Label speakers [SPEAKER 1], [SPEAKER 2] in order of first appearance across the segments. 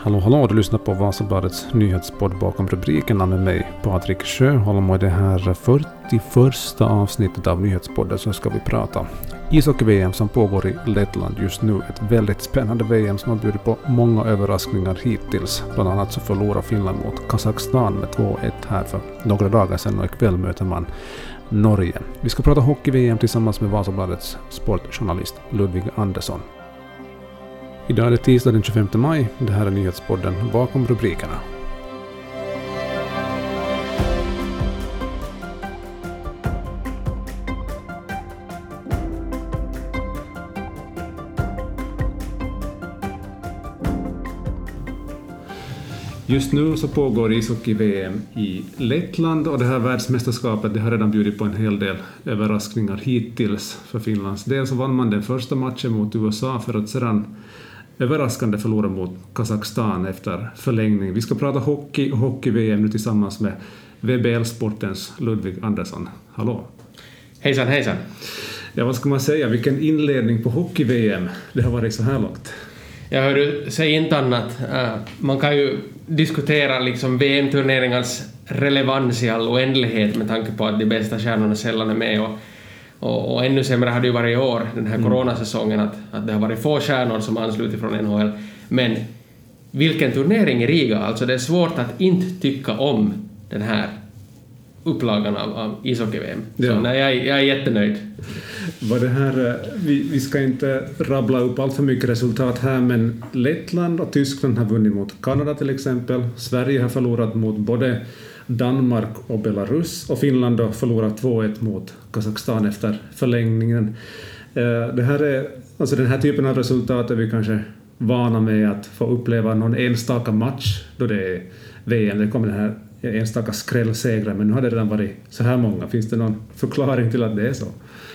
[SPEAKER 1] Hallå, du lyssnar på Vasabladets nyhetspodd bakom rubrikerna med mig, Patrik Sjöholm, och i det här 41 avsnittet av nyhetspodden så ska vi prata ishockey-VM som pågår i Lettland just nu. Ett väldigt spännande VM som har bjudit på många överraskningar hittills. Bland annat så förlorar Finland mot Kazakstan med 2-1 här för några dagar sedan och ikväll möter man Norge. Vi ska prata hockey-VM tillsammans med Vasabladets sportjournalist Ludvig Andersson. Idag är det tisdag den 25 maj. Det här är nyhetspodden bakom rubrikerna. Just nu så pågår ishockey-VM i Lettland och det här världsmästerskapet det har redan bjudit på en hel del överraskningar hittills. För Finlands del så vann man den första matchen mot USA för att sedan överraskande förlora mot Kazakstan efter förlängning. Vi ska prata hockey och hockey-VM nu tillsammans med VBL-sportens Ludvig Andersson. Hallå!
[SPEAKER 2] Hejsan, hejsan!
[SPEAKER 1] Ja, vad ska man säga? Vilken inledning på hockey-VM det har varit så här långt.
[SPEAKER 2] Jag hör säg inte annat. Man kan ju diskutera liksom VM-turneringens relevans i all oändlighet med tanke på att de bästa stjärnorna sällan är med och ännu sämre har det ju varit i år, den här coronasäsongen, att det har varit få stjärnor som anslutit från NHL. Men vilken turnering i Riga, alltså det är svårt att inte tycka om den här upplagan av ishockey-VM.
[SPEAKER 1] Ja.
[SPEAKER 2] Så nej, jag är jättenöjd.
[SPEAKER 1] Vad det här, vi ska inte rabbla upp allt för mycket resultat här, men Lettland och Tyskland har vunnit mot Kanada till exempel. Sverige har förlorat mot både Danmark och Belarus och Finland har förlorat 2-1 mot Kazakstan efter förlängningen. Det här är, alltså den här typen av resultat är vi kanske vana med att få uppleva någon enstaka match då det är VM. Det kommer den här enstaka skrällsegrar, men nu har det redan varit så här många. Finns det någon förklaring till att det är så?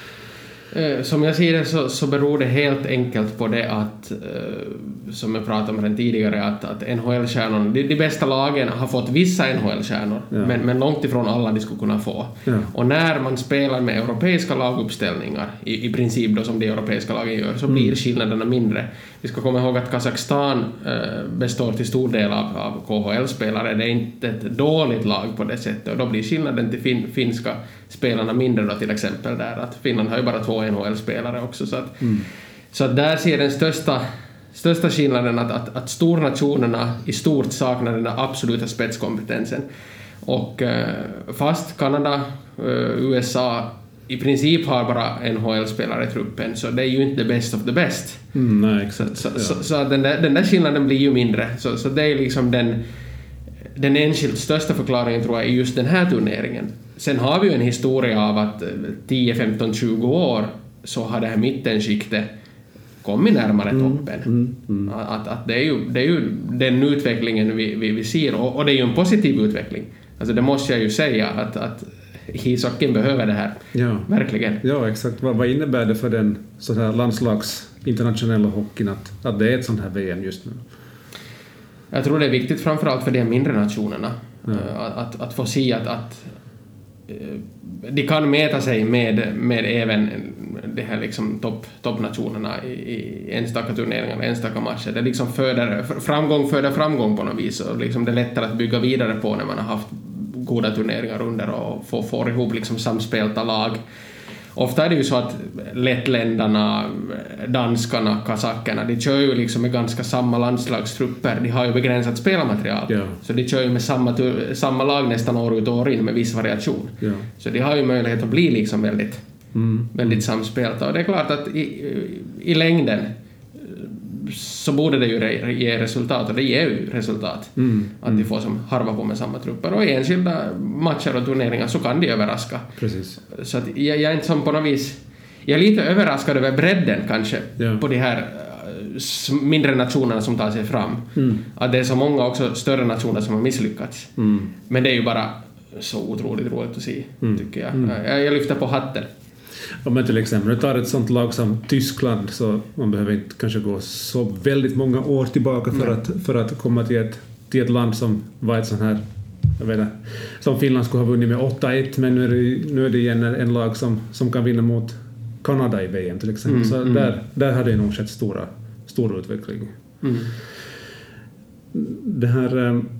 [SPEAKER 2] Som jag ser det så beror det helt enkelt på det att, som jag pratade om redan tidigare, att NHL-stjärnorna, de bästa lagen har fått vissa NHL-stjärnor, men långt ifrån alla de skulle kunna få. Ja. Och när man spelar med europeiska laguppställningar, i princip då som de europeiska lagen gör, så blir skillnaderna mindre. Vi ska komma ihåg att Kazakstan består till stor del av KHL-spelare. Det är inte ett dåligt lag på det sättet, och då blir skillnaden till finska spelarna mindre då, till exempel där att Finland har ju bara 2 NHL-spelare också, så att där ser den största skillnaden att stornationerna i stort saknar den absoluta spetskompetensen. Och fast Kanada, USA i princip har bara NHL-spelare i truppen, så det är ju inte the best of the best.
[SPEAKER 1] Nej, exakt.
[SPEAKER 2] Så den där skillnaden blir ju mindre. Så det är liksom den enskilt största förklaringen, tror jag, i just den här turneringen. Sen har vi ju en historia av att 10, 15, 20 år så har det här mittenskiktet kommit närmare toppen. Att det är ju den utvecklingen vi ser, och det är ju en positiv utveckling. Alltså det måste jag ju säga att ishockeyn behöver det här. Ja. Verkligen.
[SPEAKER 1] Ja, exakt. Vad innebär det för den så här landslags internationella hockeyn att det är ett sånt här VM just nu?
[SPEAKER 2] Jag tror det är viktigt framförallt för de mindre nationerna att få se att de kan mäta sig med även de här liksom toppnationerna i enstaka turneringar, enstaka matcher. Det liksom föder framgång på något vis, och liksom det är lättare att bygga vidare på när man har haft goda turneringar under och får ihop liksom samspelta lag. Ofta är det ju så att lettländarna, danskarna, kazackerna, de kör ju liksom med ganska samma landslagstrupper. De har ju begränsat spelarmaterial. Yeah. Så de kör ju med samma lag nästan år ut och år in med viss variation. Yeah. Så de har ju möjlighet att bli liksom väldigt samspelta. Och det är klart att i längden så borde det ju ge resultat, och det ger ju resultat att de får som harva på med samma trupper, och i enskilda matcher och turneringar så kan de överraska.
[SPEAKER 1] Precis.
[SPEAKER 2] Så att jag är inte som på något vis, jag är lite överraskad över bredden kanske på de här mindre nationerna som tar sig fram. Att det är så många också större nationer som har misslyckats. Men det är ju bara så otroligt roligt att se, tycker jag. Jag lyfter på hatten.
[SPEAKER 1] Om man till exempel tar ett sånt lag som Tyskland, så man behöver inte kanske gå så väldigt många år tillbaka för att komma till ett land som var ett sånt här, jag vet inte, som Finland skulle ha vunnit med 8-1, men nu är det igen en lag som kan vinna mot Kanada i VM till exempel. Mm, så där hade det nog skett stor utveckling. Mm. det här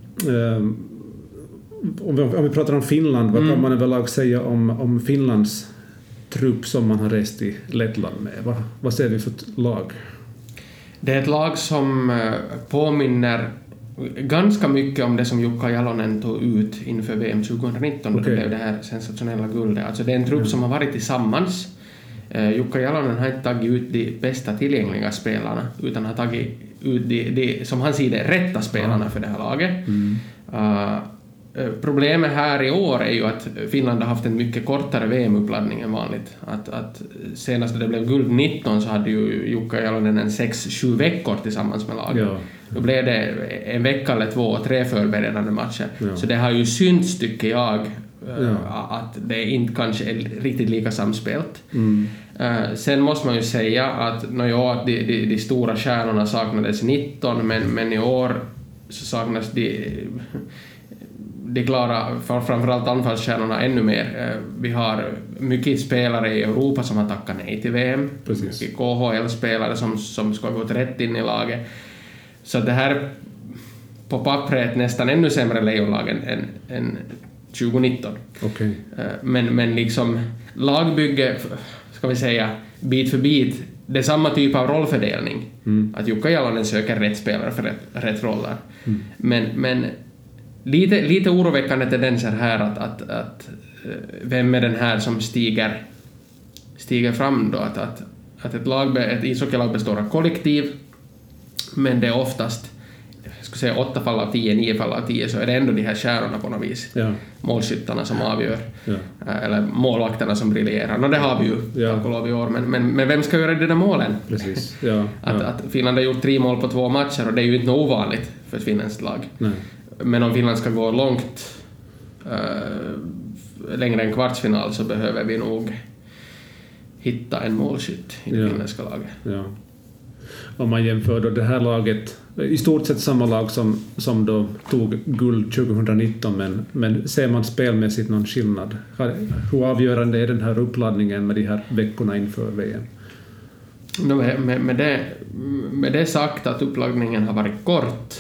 [SPEAKER 1] om vi pratar om Finland, vad kan man överlag säga om Finlands trupp som man har rest i Lettland med? Vad ser vi för ett lag?
[SPEAKER 2] Det är ett lag som påminner ganska mycket om det som Jukka Jalonen tog ut inför VM 2019 då det blev det här sensationella guldet. Alltså det är en trupp som har varit tillsammans. Jukka Jalonen har inte tagit ut de bästa tillgängliga spelarna utan har tagit ut de som han ser det rätta spelarna för det här laget. Problemet här i år är ju att Finland har haft en mycket kortare VM-uppladdning än vanligt. Att senast det blev guld 19 så hade ju Jukka Jalonen en 6-7 veckor tillsammans med laget. Ja. Då blev det en vecka eller 2 och 3 förberedande matcher. Ja. Så det har ju synts, tycker jag, att det inte kanske är riktigt lika samspelt. Sen måste man ju säga att de stora stjärnorna saknades 19, men i år så saknas de klara framförallt anfallsstjärnorna ännu mer. Vi har mycket spelare i Europa som har tackat nej till VM. Precis. Mycket KHL-spelare som ska gått rätt in i laget. Så det här på pappret nästan ännu sämre lejonlag än 2019.
[SPEAKER 1] Okay.
[SPEAKER 2] Men liksom lagbygge, ska vi säga, bit för bit, det är samma typ av rollfördelning. Att Jukka Jalonen söker rätt spelare för rätt roller. Men lite oroväckande tendenser här att vem är den här som stiger fram då, att ett ishockeylag består av kollektiv, men det är oftast, jag skulle säga 8 fall av 10, 9 fall av 10, så är det ändå de här stjärnorna på något vis. Ja. Målskyttarna som avgör. Ja. Eller målvakterna som briljerar. Det har vi ju tack och lov i år, men vem ska göra de där målen?
[SPEAKER 1] Precis. Ja.
[SPEAKER 2] Att Finland har gjort 3 mål på 2 matcher, och det är ju inte något ovanligt för ett finländskt lag. Nej. Men om Finland ska gå långt längre än kvartsfinal så behöver vi nog hitta en målskytt i det finländska laget. Ja.
[SPEAKER 1] Om man jämför då det här laget, i stort sett samma lag som då tog guld 2019, men ser man spelmässigt någon skillnad? Hur avgörande är den här uppladdningen med de här veckorna inför VM?
[SPEAKER 2] Med det sagt att uppladdningen har varit kort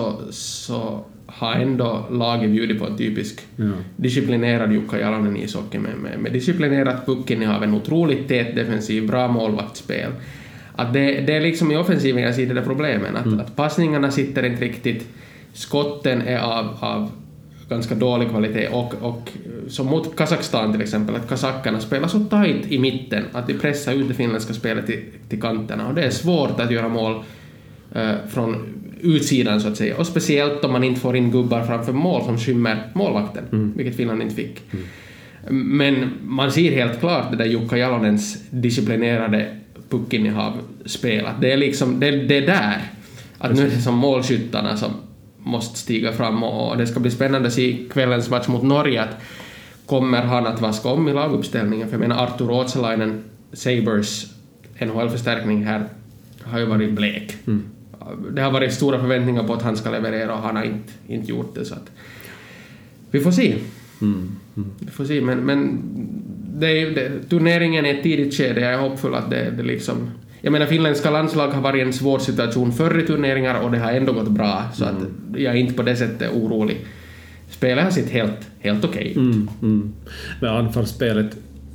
[SPEAKER 2] så har ändå laget bjudit på en typisk disciplinerad Jukka Jalonen ishockey med disciplinerat puckinnehav, en otroligt tät defensiv, bra målvaktsspel. Att det är liksom i offensiven jag ser det där problemen, att passningarna sitter inte riktigt, skotten är av ganska dålig kvalitet, och som mot Kazakstan till exempel, att kazackerna spelar så tajt i mitten att de pressar ut det finländska spelet till kanterna, och det är svårt att göra mål från utsidan så att säga, och speciellt om man inte får in gubbar framför mål som skymmer målvakten, vilket Finland inte fick. Men man ser helt klart det där Jukka Jalonens disciplinerade puckinnehav spelat. Det är liksom det är där att nu är det som målskyttarna som måste stiga fram, och det ska bli spännande att se kvällens match mot Norge, att kommer han att vaska om i laguppställningen, för jag menar Arttu Ruotsalainen, Sabres NHL-förstärkning här, har ju varit blek. Det har varit stora förväntningar på att han ska leverera, och han har inte gjort det, så att vi får se. Vi får se, men turneringen är ett tidigt skede. Jag är hoppfull att det liksom, jag menar, finländska landslag har varit i en svår situation förr i turneringar, och det har ändå gått bra, så att jag är inte på det sättet orolig. Spelet har sitt helt okej ut.
[SPEAKER 1] Men anfallsspelet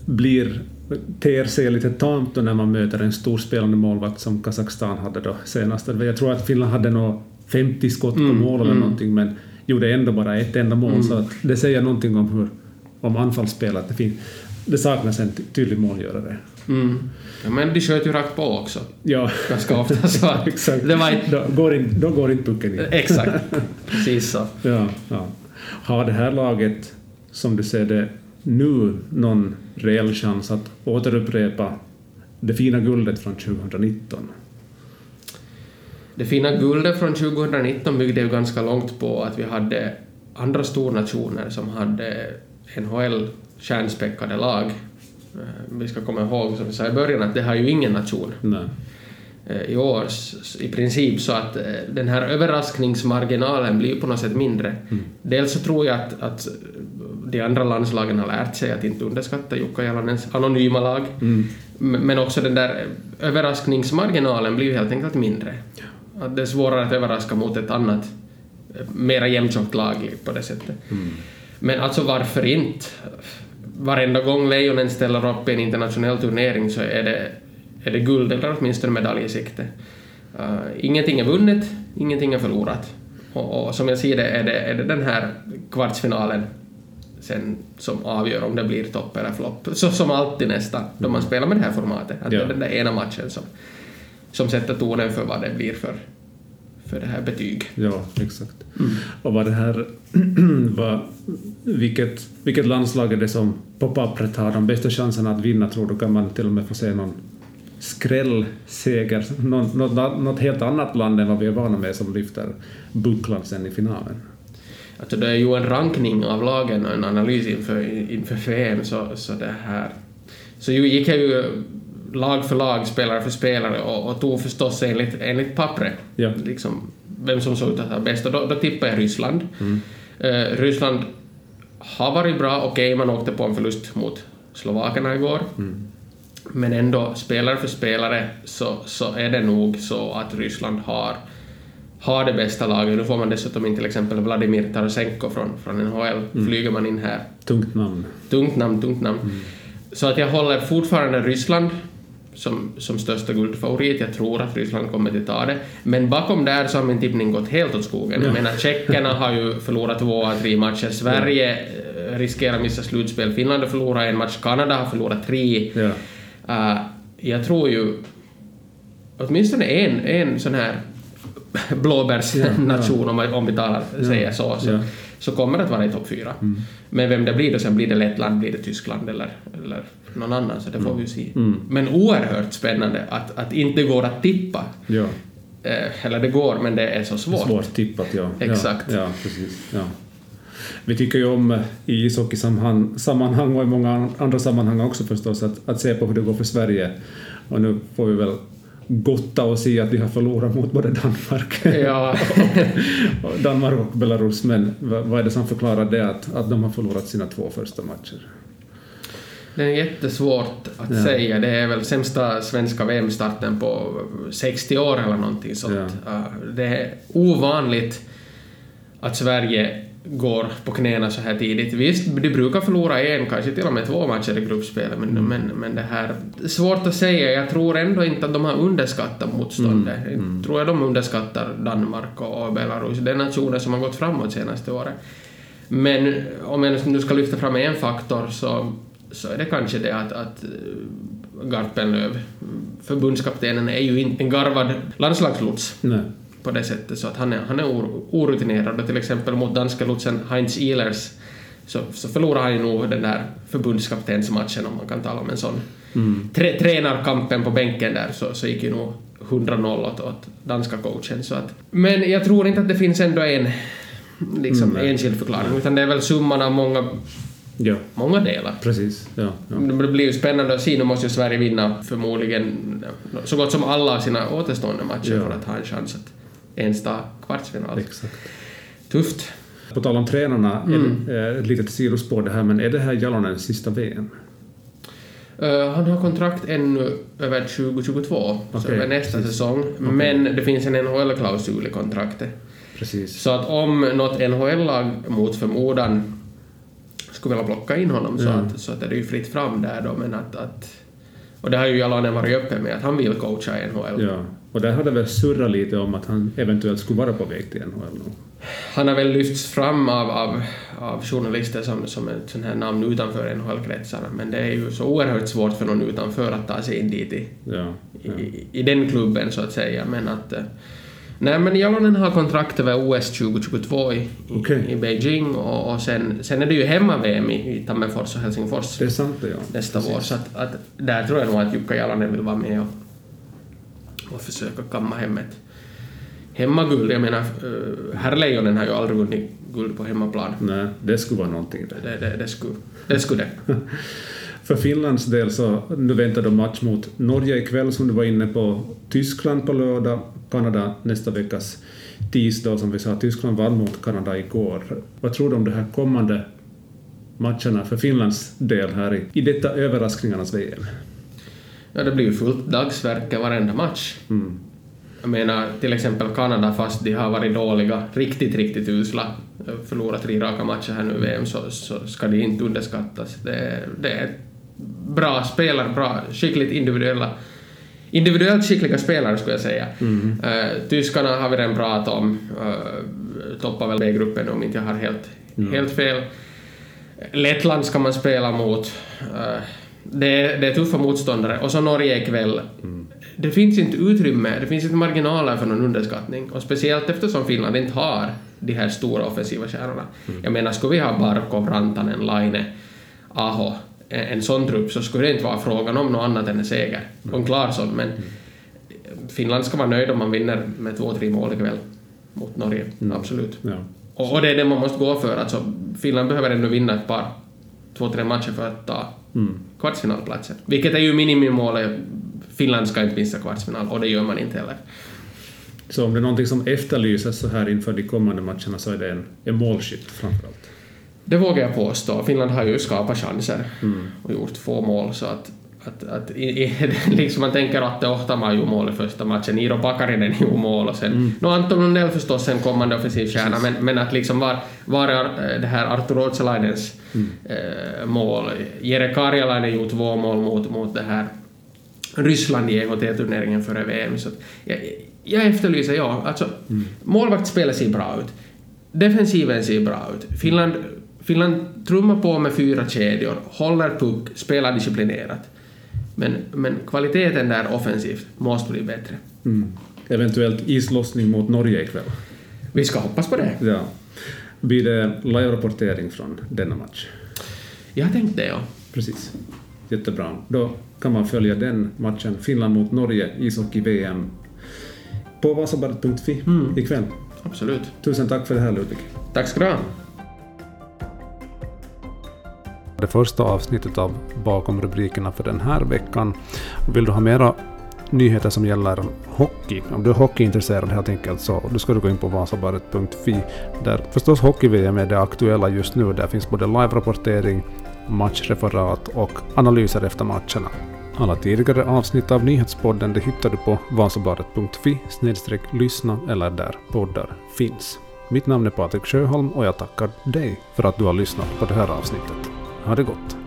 [SPEAKER 1] ter sig lite tamt när man möter en storspelande målvakt som Kazakstan hade då senast. Jag tror att Finland hade nog 50 skott på mål eller någonting, men gjorde ändå bara ett enda mål, så att det säger någonting om anfallsspelet. Det saknas en tydlig målgörare.
[SPEAKER 2] Ja, men de sköt ju rakt på också.
[SPEAKER 1] Ja.
[SPEAKER 2] Ganska ofta. Så
[SPEAKER 1] exakt.
[SPEAKER 2] Det var inte...
[SPEAKER 1] då går inte pucken in.
[SPEAKER 2] Exakt. Precis så.
[SPEAKER 1] Ja. Har det här laget, som du ser det nu, någon reell chans att återupprepa det fina guldet från 2019?
[SPEAKER 2] Det fina guldet från 2019 byggde ju ganska långt på att vi hade andra stornationer som hade NHL-kärnspäckade lag. Vi ska komma ihåg, som vi sa i början, att det har ju ingen nation. Nej. I år i princip, så att den här överraskningsmarginalen blir på något sätt mindre. Dels så tror jag att de andra landslagen har lärt sig att inte underskatta Jukka Jalonens anonyma lag. Men också den där överraskningsmarginalen blir helt enkelt mindre. Att det är svårare att överraska mot ett annat mera jämntjockt lag på det sättet. Men alltså varför inte? Varenda gång Lejonen ställer upp i en internationell turnering så är det guld eller åtminstone medalj i sikte. Ingenting är vunnet, ingenting är förlorat. Och som jag ser det är det den här kvartsfinalen sen som avgör om det blir topp eller flopp. Så som alltid nästan då man spelar med det här formatet. Att det är den där ena matchen som sätter tonen för vad det blir för det här betyg.
[SPEAKER 1] Ja, exakt. Och vad det här vilket landslag är det som på pappret har de bästa chanserna att vinna, tror du? Kan man till och med få se någon skrällseger, något helt annat land än vad vi är vana med som lyfter bucklan sen i finalen?
[SPEAKER 2] Alltså det är ju en rankning av lagen och en analys inför VM så det här. Så gick jag ju lag för lag, spelare för spelare och tog förstås enligt pappret. Ja. Liksom vem som såg ut att ha bäst. Och då tippade jag Ryssland. Ryssland har varit bra, okej, man åkte på en förlust mot slovakerna igår. Men ändå, spelare för spelare så är det nog så att Ryssland har det bästa laget. Nu får man dessutom in till exempel Vladimir Tarasenko från NHL. Flyger man in här. Tungt namn. Så att jag håller fortfarande Ryssland som största guldfavorit. Jag tror att Ryssland kommer att ta det. Men bakom där så har min tippning gått helt åt skogen. Jag menar, tjeckerna har ju förlorat 2 av 3 matcher. Sverige riskerar missa slutspel. Finland har förlorat 1 match. Kanada har förlorat 3. Jag tror ju åtminstone en sån här blåbärsnation om vi säger så kommer det att vara i topp 4. Men vem det blir då, sen blir det Lettland, blir det Tyskland eller någon annan, så det får vi ju se. Men oerhört spännande att inte går att tippa. Ja. Eller det går, men det är så svårt.
[SPEAKER 1] Svårt tippat, ja.
[SPEAKER 2] Exakt.
[SPEAKER 1] Ja, precis. Ja. Vi tycker ju om i ishockey-sammanhang och i många andra sammanhang också förstås att se på hur det går för Sverige. Och nu får vi väl gotta och se att vi har förlorat mot både Danmark och Belarus, men vad är det som förklarar det att de har förlorat sina 2 första matcher?
[SPEAKER 2] Det är jättesvårt att säga. Det är väl sämsta svenska VM-starten på 60 år eller någonting sånt. Det är ovanligt att Sverige går på knäna så här tidigt. Visst, de brukar förlora 1, kanske till och med 2 matcher i gruppspelet, men det här är svårt att säga. Jag tror ändå inte att de har underskattat motståndet. Jag tror att de underskattar Danmark och Belarus. Det är nationer som har gått framåt senaste året. Men om jag nu ska lyfta fram en faktor så är det kanske det att Garpenlöv, förbundskaptenen, är ju inte en garvad landslagslots. Nej. På det sättet, så att han är orutinerad. Och till exempel mot danska lotsen Heinz Ehlers så förlorar han ju nog den där förbundskaptensmatchen, om man kan tala om en sån. Tränarkampen på bänken där så gick ju nog 100-0 åt danska coachen. Så att, men jag tror inte att det finns ändå en enskild förklaring, utan det är väl summan av många delar.
[SPEAKER 1] Precis, ja.
[SPEAKER 2] Det blir ju spännande att se. Nu måste ju Sverige vinna förmodligen så gott som alla sina återstående matcher för att ha en chans att ens ta kvartsfinal.
[SPEAKER 1] Exakt.
[SPEAKER 2] Tufft.
[SPEAKER 1] På tal om tränarna, ett litet sidospår det här, men är det här Jalonens sista VM?
[SPEAKER 2] Han har kontrakt ännu över 2022, så över nästa säsong. Men det finns en NHL-klausul i kontraktet.
[SPEAKER 1] Precis.
[SPEAKER 2] Så att om något NHL-lag mot förmodan skulle vilja plocka in honom så att det är ju fritt fram där då, men att och det har ju Jalonen varit öppen med att han vill coacha i NHL.
[SPEAKER 1] Ja, och där hade väl surrat lite om att han eventuellt skulle vara på väg till NHL nu.
[SPEAKER 2] Han har väl lyfts fram av journalister som ett sån här namn utanför NHL-kretsarna, men det är ju så oerhört svårt för någon utanför att ta sig in dit i den klubben så att säga, men att nej, men Jalonen har kontrakt över OS 2022 i Beijing och sen är det ju hemma-VM i Tammerfors och Helsingfors.
[SPEAKER 1] Det är sant, ja.
[SPEAKER 2] Nästa år, så att där tror jag nog att Jukka Jalonen vill vara med och försöka kamma hem ett hemmaguld. Jag menar, herr Lejonen har ju aldrig vunnit guld på hemmaplan.
[SPEAKER 1] Nej, det skulle vara någonting.
[SPEAKER 2] Det skulle det.
[SPEAKER 1] För Finlands del så nu väntar de match mot Norge ikväll som du var inne på, Tyskland på lördag, Kanada nästa veckas tisdag, som vi sa. Tyskland vann mot Kanada igår. Vad tror du om de här kommande matcherna för Finlands del här i detta överraskningarnas VM?
[SPEAKER 2] Ja, det blir ju fullt dagsverke varenda match. Jag menar till exempel Kanada, fast de har varit dåliga, riktigt usla, förlorat 3 raka matcher här nu i VM, så ska de inte underskattas. Det är bra spelare, bra, skickligt individuellt skickliga spelare skulle jag säga. Tyskarna har vi redan pratat om, toppar väl B-gruppen om inte jag har helt fel. Lettland ska man spela mot. Det är tuffa motståndare. Och så Norge ikväll. Det finns inte utrymme, det finns inte marginaler för någon underskattning. Och speciellt eftersom Finland inte har de här stora offensiva kärnorna. Jag menar, skulle vi ha Barkov, Rantanen, Laine, Aho, en sån trupp, så skulle det inte vara frågan om något annat än en seger. Och en klar sån, men Finland ska vara nöjd om man vinner med 2-3 mål ikväll mot Norge. Absolut.
[SPEAKER 1] Ja.
[SPEAKER 2] Och det är det man måste gå för. Alltså, Finland behöver ändå vinna ett par 2-3 matcher för att ta kvartsfinalplatsen. Vilket är ju minimimålet. Finland ska inte missa kvartsfinal, och det gör man inte heller.
[SPEAKER 1] Så om det är någonting som efterlyses så här inför de kommande matcherna, så är det en målskytt framförallt?
[SPEAKER 2] Det vågar jag påstå. Finland har ju skapat chanser och gjort 2 mål, så att liksom man tänker att Ohtama gjorde mål i första matchen, Iiro Pakarinen gjorde mål, och sen Anton Lundell förstås en kommande offensiv kärna, men att liksom var det här Arttu Ruotsalainens mål, Jere Karjalainen gjort 2 mål mot det här Ryssland i EHT-turneringen före VM, så jag efterlyser, alltså målvaktsspelet ser bra ut, defensiven ser bra ut, Finland trummar på med 4 kedjor, håller puck, spelar disciplinerat. Men kvaliteten där offensivt måste bli bättre.
[SPEAKER 1] Eventuellt islossning mot Norge ikväll.
[SPEAKER 2] Vi ska hoppas på det.
[SPEAKER 1] Ja. Blir det live-rapportering från denna match?
[SPEAKER 2] Jag tänkte det, ja.
[SPEAKER 1] Precis. Jättebra. Då kan man följa den matchen, Finland mot Norge, ishockey-VM, på vasabadet.fi ikväll.
[SPEAKER 2] Absolut.
[SPEAKER 1] Tusen tack för det här, Ludvig.
[SPEAKER 2] Tack ska du ha.
[SPEAKER 1] Det första avsnittet av Bakom rubrikerna för den här veckan. Vill du ha mera nyheter som gäller hockey, om du är hockeyintresserad helt enkelt, så då ska du gå in på vasabadet.fi, där förstås hockey-VM är det aktuella just nu. Där finns både live-rapportering, matchreferat och analyser efter matcherna. Alla tidigare avsnitt av nyhetspodden det hittar du på vasabadet.fi/lyssna eller där poddar finns. Mitt namn är Patrik Sjöholm och jag tackar dig för att du har lyssnat på det här avsnittet. Ha det gott!